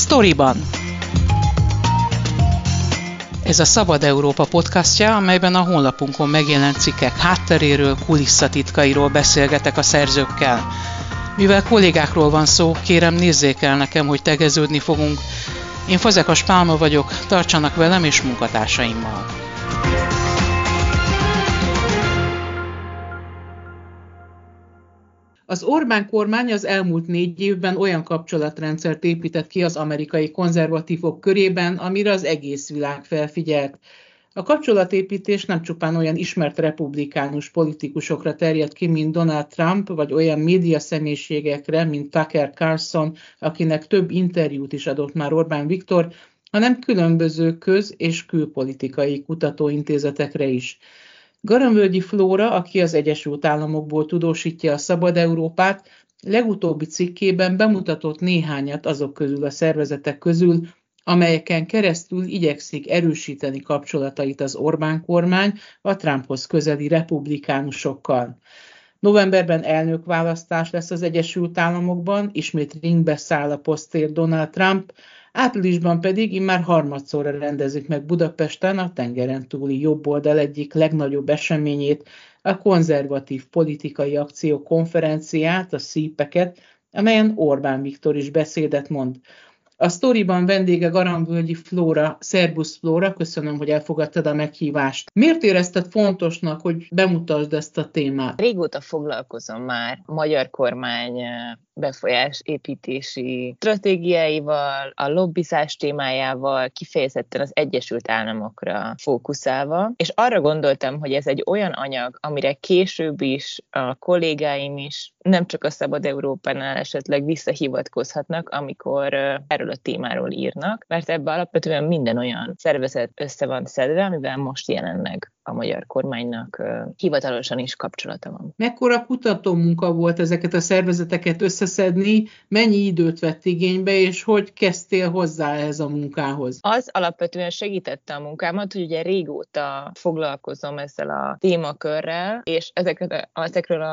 Sztoriban. Ez a Szabad Európa podcastja, amelyben a honlapunkon megjelent cikkek hátteréről, kulisszatitkairól beszélgetek a szerzőkkel. Mivel kollégákról van szó, kérem nézzék el nekem, hogy tegeződni fogunk. Én Fazekas Pálma vagyok, tartsanak velem és munkatársaimmal. Az Orbán kormány az elmúlt 4 évben olyan kapcsolatrendszert épített ki az amerikai konzervatívok körében, amire az egész világ felfigyelt. A kapcsolatépítés nem csupán olyan ismert republikánus politikusokra terjedt ki, mint Donald Trump, vagy olyan médiaszemélységekre, mint Tucker Carlson, akinek több interjút is adott már Orbán Viktor, hanem különböző köz- és külpolitikai kutatóintézetekre is. Garamvölgyi Flóra, aki az Egyesült Államokból tudósítja a Szabad Európát, legutóbbi cikkében bemutatott néhányat azok közül a szervezetek közül, amelyeken keresztül igyekszik erősíteni kapcsolatait az Orbán kormány a Trumphoz közeli republikánusokkal. Novemberben elnökválasztás lesz az Egyesült Államokban, ismét ringbe száll a posztért Donald Trump, áprilisban pedig immár harmadszorra rendezik meg Budapesten a tengeren túli jobboldal egyik legnagyobb eseményét, a Konzervatív Politikai Akció konferenciát, a CPAC-et, amelyen Orbán Viktor is beszédet mond. A sztoriban vendége Garamvölgyi Flóra. Szerbusz Flóra, köszönöm, hogy elfogadtad a meghívást. Miért érezted fontosnak, hogy bemutasd ezt a témát? Régóta foglalkozom már a magyar kormány befolyásépítési stratégiáival, a lobbizás témájával, kifejezetten az Egyesült Államokra fókuszálva, és arra gondoltam, hogy ez egy olyan anyag, amire később is a kollégáim is, nem csak a Szabad Európánál esetleg visszahivatkozhatnak, amikor erről a témáról írnak, mert ebben alapvetően minden olyan szervezet össze van szedve, amivel most jelen meg a magyar kormánynak hivatalosan is kapcsolata van. Mekkora kutatómunka volt ezeket a szervezeteket összeszedni, mennyi időt vett igénybe, és hogy kezdtél hozzá ehhez a munkához? Az alapvetően segítette a munkámat, hogy ugye régóta foglalkozom ezzel a témakörrel, és ezekről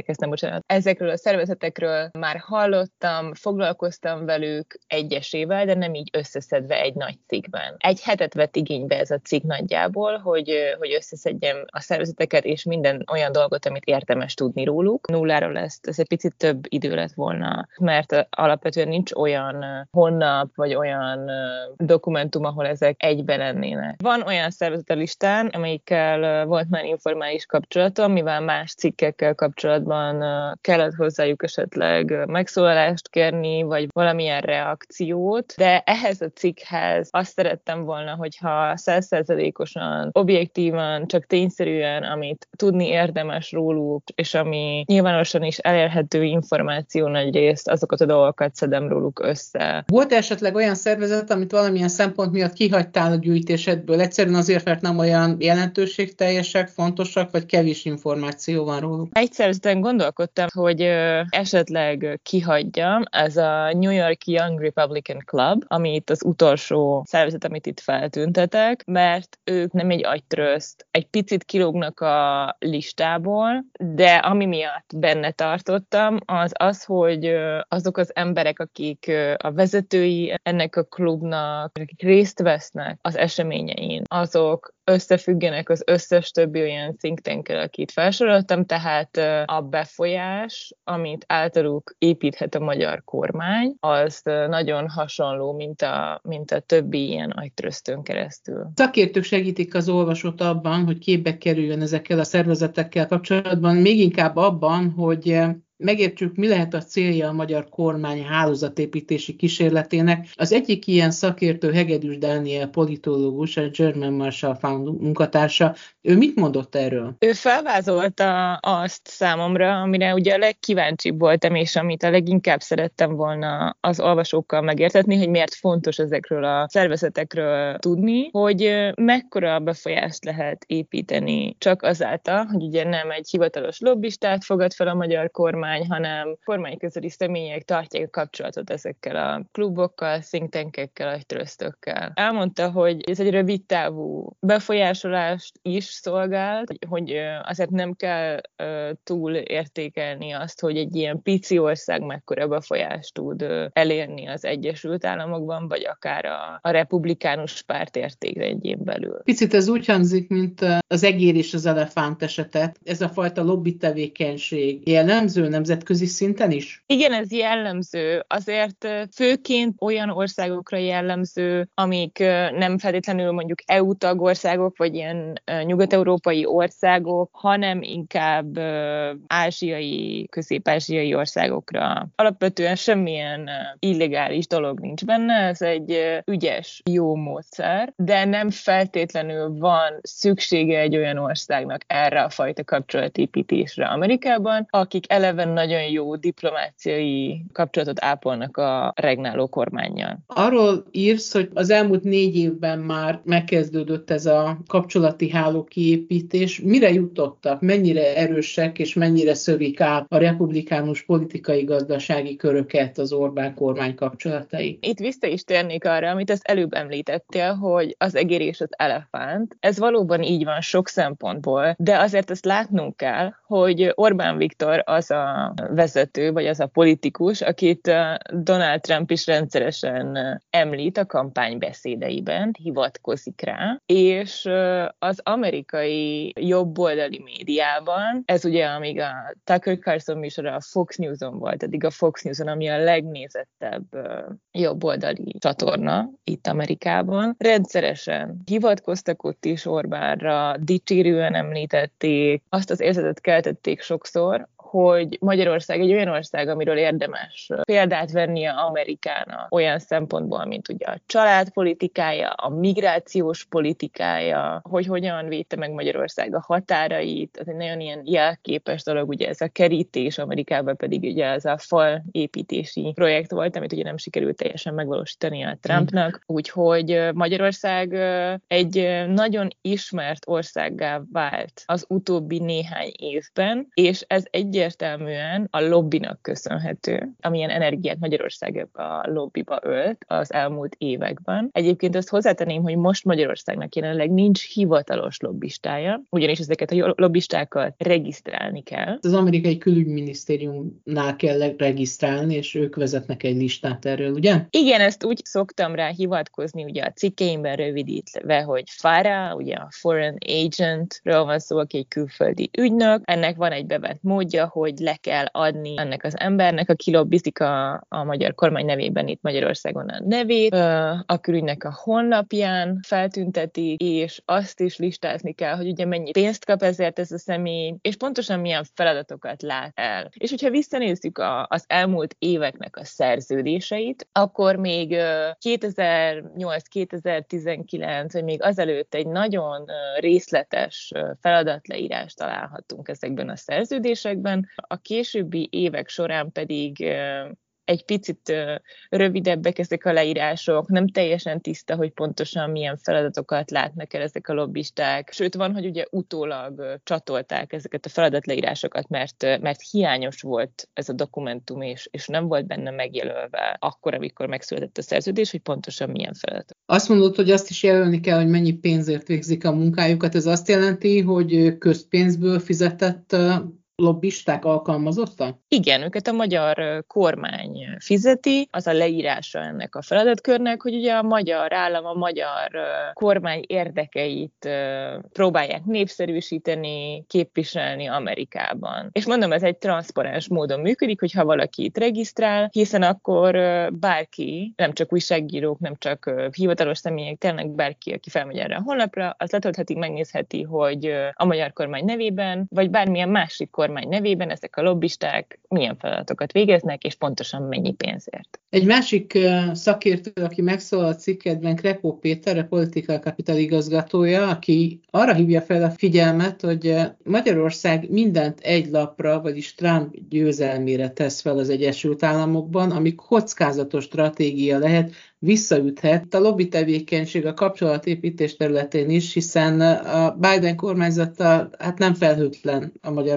a szervezetekről már hallottam, foglalkoztam velük egyesével, de nem így összeszedve egy nagy cikkben. Egy hetet vett igénybe ez a cikk nagyjából, hogy összeszedjem a szervezeteket és minden olyan dolgot, amit érdemes tudni róluk. Nulláról ez egy picit több idő lett volna, mert alapvetően nincs olyan honlap, vagy olyan dokumentum, ahol ezek egyben lennének. Van olyan szervezet a listán, amelyikkel volt már informális kapcsolatom, mivel más cikkekkel kapcsolatban kellett hozzájuk esetleg megszólalást kérni, vagy valamilyen reakciót, de ehhez a cikkhez azt szerettem volna, hogyha 100%-osan objektívan, csak tényszerűen, amit tudni érdemes róluk, és ami nyilvánosan is elérhető információ nagyrészt, azokat a dolgokat szedem róluk össze. Volt esetleg olyan szervezet, amit valamilyen szempont miatt kihagytál a gyűjtésedből? Egyszerűen azért, mert nem olyan jelentőségteljesek, fontosak, vagy kevés információ van róluk? Egy szervezeten gondolkodtam, hogy esetleg kihagyjam, ez a New York Young Republican Club, ami itt az utolsó szervezet, amit itt feltüntetek, mert ők nem egy agytröszt, egy picit kilógnak a listából, de ami miatt benne tartottam, az, hogy azok az emberek, akik a vezetői ennek a klubnak, akik részt vesznek az eseményein, azok összefüggenek az összes többi olyan think tankkel, akit felsoroltam, tehát a befolyás, amit általuk építhet a magyar kormány, az nagyon hasonló, mint a többi ilyen agytrösztön keresztül. Szakértők segítik az olvasót abban, hogy képbe kerüljön ezekkel a szervezetekkel kapcsolatban, még inkább abban, hogy megértsük, mi lehet a célja a magyar kormány hálózatépítési kísérletének. Az egyik ilyen szakértő Hegedűs Dániel politológus, a German Marshall Fund munkatársa. Ő mit mondott erről? Ő felvázolta azt számomra, amire ugye a legkíváncsibb voltam, és amit a leginkább szerettem volna az olvasókkal megértetni, hogy miért fontos ezekről a szervezetekről tudni, hogy mekkora befolyást lehet építeni csak azáltal, hogy ugye nem egy hivatalos lobbistát fogad fel a magyar kormány, kormány, hanem kormányközeli személyek tartják a kapcsolatot ezekkel a klubokkal, think tankekkel, agytröztökkel. Elmondta, hogy ez egy rövid távú befolyásolást is szolgál, hogy azért nem kell túl értékelni azt, hogy egy ilyen pici ország mekkora befolyást tud elérni az Egyesült Államokban, vagy akár a republikánus párt értékrendjén belül. Picit ez úgy hangzik, mint az egér és az elefánt esetet. Ez a fajta lobby tevékenység jellemző nemzetközi szinten is? Igen, ez jellemző. Azért főként olyan országokra jellemző, amik nem feltétlenül mondjuk EU tagországok, vagy ilyen nyugat-európai országok, hanem inkább ázsiai, közép-ázsiai országokra. Alapvetően semmilyen illegális dolog nincs benne, ez egy ügyes, jó módszer, de nem feltétlenül van szüksége egy olyan országnak erre a fajta kapcsolatépítésre Amerikában, akik eleven nagyon jó diplomáciai kapcsolatot ápolnak a regnáló kormánnyal. Arról írsz, hogy az elmúlt 4 évben már megkezdődött ez a kapcsolati háló kiépítés. Mire jutottak? Mennyire erősek és mennyire szövik át a republikánus politikai-gazdasági köröket az Orbán kormány kapcsolatai? Itt vissza is térnék arra, amit ezt előbb említettél, hogy az egér és az elefánt. Ez valóban így van sok szempontból, de azért ezt látnunk kell, hogy Orbán Viktor az a vezető, vagy az a politikus, akit Donald Trump is rendszeresen említ a kampánybeszédeiben, hivatkozik rá, és az amerikai jobboldali médiában, ez ugye amíg a Tucker Carlson műsora a Fox News-on volt, eddig a Fox News-on, ami a legnézettebb jobboldali csatorna itt Amerikában, rendszeresen hivatkoztak ott is Orbánra, dicsérően említették, azt az érzetet keltették sokszor, hogy Magyarország egy olyan ország, amiről érdemes példát vennie Amerikának olyan szempontból, mint ugye a családpolitikája, a migrációs politikája, hogy hogyan védte meg Magyarország a határait, ez egy nagyon ilyen jelképes dolog, ugye ez a kerítés, Amerikában pedig ugye ez a fal építési projekt volt, amit ugye nem sikerült teljesen megvalósítani a Trumpnak, úgyhogy Magyarország egy nagyon ismert országgá vált az utóbbi néhány évben, és ez egyértelműen a lobbinak köszönhető, amilyen energiát Magyarország ebbe a lobbiba ölt az elmúlt években. Egyébként azt hozzátenném, hogy most Magyarországnak jelenleg nincs hivatalos lobbistája, ugyanis ezeket a lobbistákat regisztrálni kell. Az amerikai külügyminisztériumnál kell regisztrálni, és ők vezetnek egy listát erről, ugye? Igen, ezt úgy szoktam rá hivatkozni, ugye a cikkeimben rövidítve, hogy FARA, ugye a Foreign Agentről van szó, aki egy külföldi ügynök. Ennek van egy bevett módja, hogy le kell adni ennek az embernek, aki lobbizik a magyar kormány nevében itt Magyarországon a nevét, a külügynek a honlapján feltüntetik, és azt is listázni kell, hogy ugye mennyi pénzt kap ezért ez a személy, és pontosan milyen feladatokat lát el. És hogyha visszanézzük az elmúlt éveknek a szerződéseit, akkor még 2008-2019, vagy még azelőtt egy nagyon részletes feladatleírást találhattunk ezekben a szerződésekben. A későbbi évek során pedig egy picit rövidebbek ezek a leírások, nem teljesen tiszta, hogy pontosan milyen feladatokat látnak el ezek a lobbisták. Sőt, van, hogy ugye utólag csatolták ezeket a feladatleírásokat, mert hiányos volt ez a dokumentum, és nem volt benne megjelölve akkor, amikor megszületett a szerződés, hogy pontosan milyen feladatok. Azt mondod, hogy azt is jelölni kell, hogy mennyi pénzért végzik a munkájukat. Ez azt jelenti, hogy közpénzből fizetett lobbisták alkalmazottak? Igen, őket a magyar kormány fizeti, az a leírása ennek a feladatkörnek, hogy ugye a magyar állam, a magyar kormány érdekeit próbálják népszerűsíteni, képviselni Amerikában. És mondom, ez egy transzparens módon működik, hogyha valaki itt regisztrál, hiszen akkor bárki, nem csak újságírók, nem csak hivatalos személyek, tényleg bárki, aki felmegy erre a honlapra, az letöltheti, megnézheti, hogy a magyar kormány nevében, vagy bármilyen másik kormány nevében ezek a lobbisták milyen feladatokat végeznek, és pontosan mennyi pénzért. Egy másik szakértő, aki megszólal a cikkedben, Krepó Péter, a Political Capital igazgatója, aki arra hívja fel a figyelmet, hogy Magyarország mindent egy lapra, vagyis Trump győzelmére tesz fel az Egyesült Államokban, ami kockázatos stratégia lehet, visszaüthet a lobby tevékenység a kapcsolatépítés területén is, hiszen a Biden kormányzattal nem felhőtlen a magyar kormány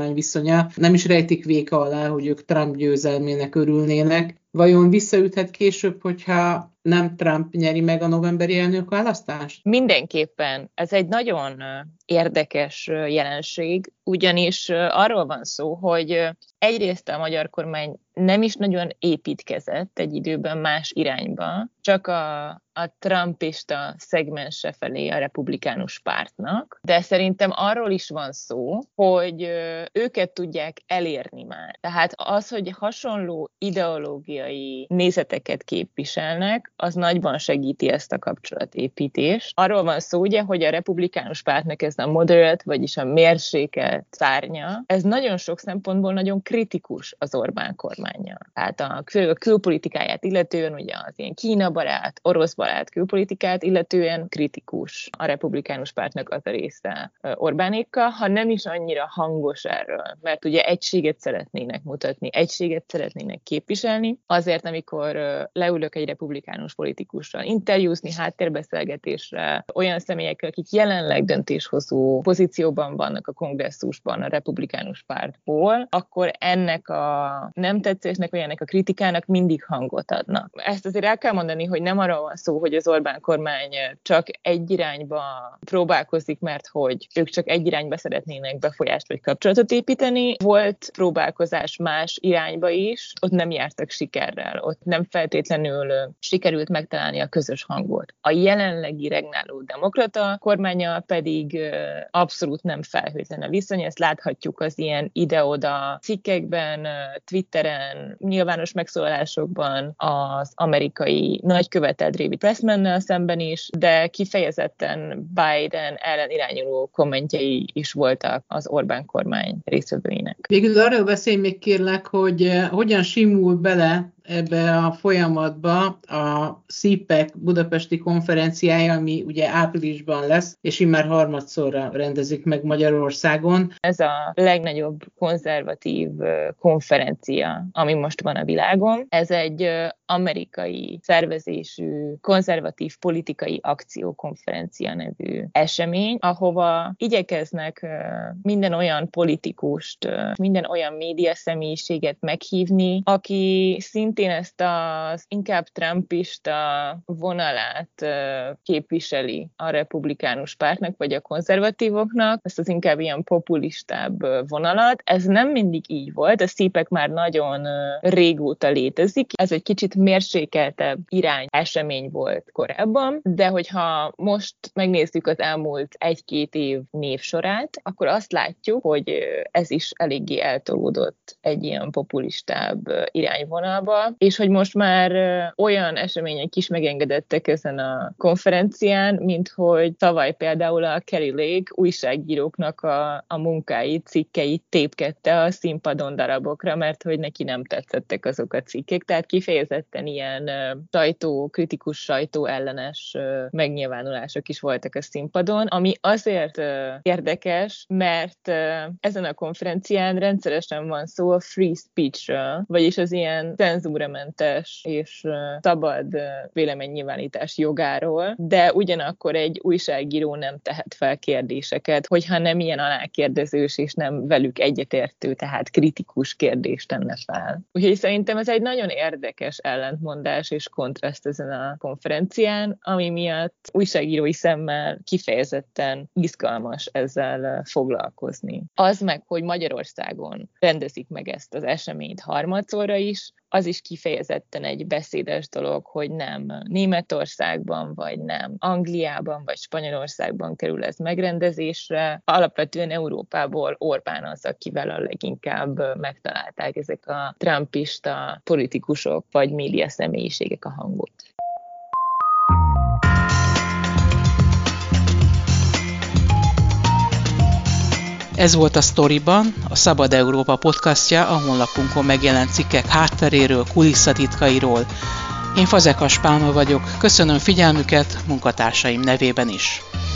kormány viszonya. Nem is rejtik véka alá, hogy ők Trump győzelmének örülnének. Vajon visszaüthet később, hogyha nem Trump nyeri meg a novemberi elnökválasztást? Mindenképpen. Ez egy nagyon érdekes jelenség, ugyanis arról van szó, hogy egyrészt a magyar kormány nem is nagyon építkezett egy időben más irányba, csak a trumpista szegmense felé a republikánus pártnak, de szerintem arról is van szó, hogy őket tudják elérni már. Tehát az, hogy hasonló ideológiai nézeteket képviselnek, az nagyban segíti ezt a kapcsolatépítést. Arról van szó, ugye, hogy a republikánus pártnak ez a moderate, vagyis a mérsékelt szárnya, ez nagyon sok szempontból nagyon kritikus az Orbán kormánnyal. Tehát a külpolitikáját illetően, ugye az ilyen Kína barát, orosz barát külpolitikát illetően kritikus a republikánus pártnak az a része Orbánékkal, ha nem is annyira hangos erről, mert ugye egységet szeretnének mutatni, egységet szeretnének képviselni. Azért, amikor leülök egy republikánus politikussal interjúzni, háttérbeszélgetésre, olyan személyekkel, akik jelenleg döntéshozó pozícióban vannak a kongresszusban a republikánus pártból, akkor ennek a nem tetszésnek, vagy ennek a kritikának mindig hangot adnak. Ezt azért el kell mondani, hogy nem arról van szó, hogy az Orbán kormány csak egy irányba próbálkozik, mert hogy ők csak egy irányba szeretnének befolyást vagy kapcsolatot építeni. Volt próbálkozás más irányba is, ott nem jártak sikerrel, ott nem feltétlenül sikerült megtalálni a közös hangot. A jelenlegi regnáló demokrata kormánya pedig abszolút nem felhőtlen a viszony, ezt láthatjuk az ilyen ide-oda cikkekben, Twitteren, nyilvános megszólalásokban, az amerikai nagykövetel David Pressmannel szemben is, de kifejezetten Biden ellen irányuló kommentjei is voltak az Orbán kormány résztvevőinek. Végül arról beszélj még kérlek, hogy hogyan simul bele ebbe a folyamatba a CPEC budapesti konferenciája, ami ugye áprilisban lesz, és immár harmadszorra rendezik meg Magyarországon. Ez a legnagyobb konzervatív konferencia, ami most van a világon. Ez egy amerikai szervezésű konzervatív politikai akciókonferencia nevű esemény, ahova igyekeznek minden olyan politikust, minden olyan média személyiséget meghívni, aki szintén ezt az inkább trumpista vonalát képviseli a republikánus pártnak, vagy a konzervatívoknak, ezt az inkább ilyen populistább vonalat. Ez nem mindig így volt, a CPEC már nagyon régóta létezik, ez egy kicsit mérsékeltebb irány esemény volt korábban, de hogyha most megnézzük az elmúlt 1-2 év névsorát, akkor azt látjuk, hogy ez is eléggé eltolódott egy ilyen populistább irányvonalba, és hogy most már olyan események is megengedettek ezen a konferencián, mint hogy tavaly például a Kari Lake újságíróknak a munkáit, cikkeit tépkedte a színpadon darabokra, mert hogy neki nem tetszettek azok a cikkek, tehát kifejezetten ilyen kritikus sajtó ellenes megnyilvánulások is voltak a színpadon, ami azért érdekes, mert ezen a konferencián rendszeresen van szó a free speech-ről, vagyis az ilyen cenzúramentes és szabad véleménynyilvánítás jogáról, de ugyanakkor egy újságíró nem tehet fel kérdéseket, hogyha nem ilyen alákérdezős és nem velük egyetértő, tehát kritikus kérdést tenne fel. Úgyhogy szerintem ez egy nagyon érdekes ellentmondás és kontraszt ezen a konferencián, ami miatt újságírói szemmel kifejezetten izgalmas ezzel foglalkozni. Az meg, hogy Magyarországon rendezik meg ezt az eseményt harmadszorra is, az is kifejezetten egy beszédes dolog, hogy nem Németországban, vagy nem Angliában, vagy Spanyolországban kerül ez megrendezésre. Alapvetően Európából Orbán az, akivel a leginkább megtalálták ezek a trumpista politikusok, vagy média személyiségek a hangot. Ez volt a Sztoriban, a Szabad Európa podcastja, a honlapunkon megjelent cikkek hátteréről, kulisszatitkairól. Én Fazekas Pálma vagyok, köszönöm figyelmüket munkatársaim nevében is.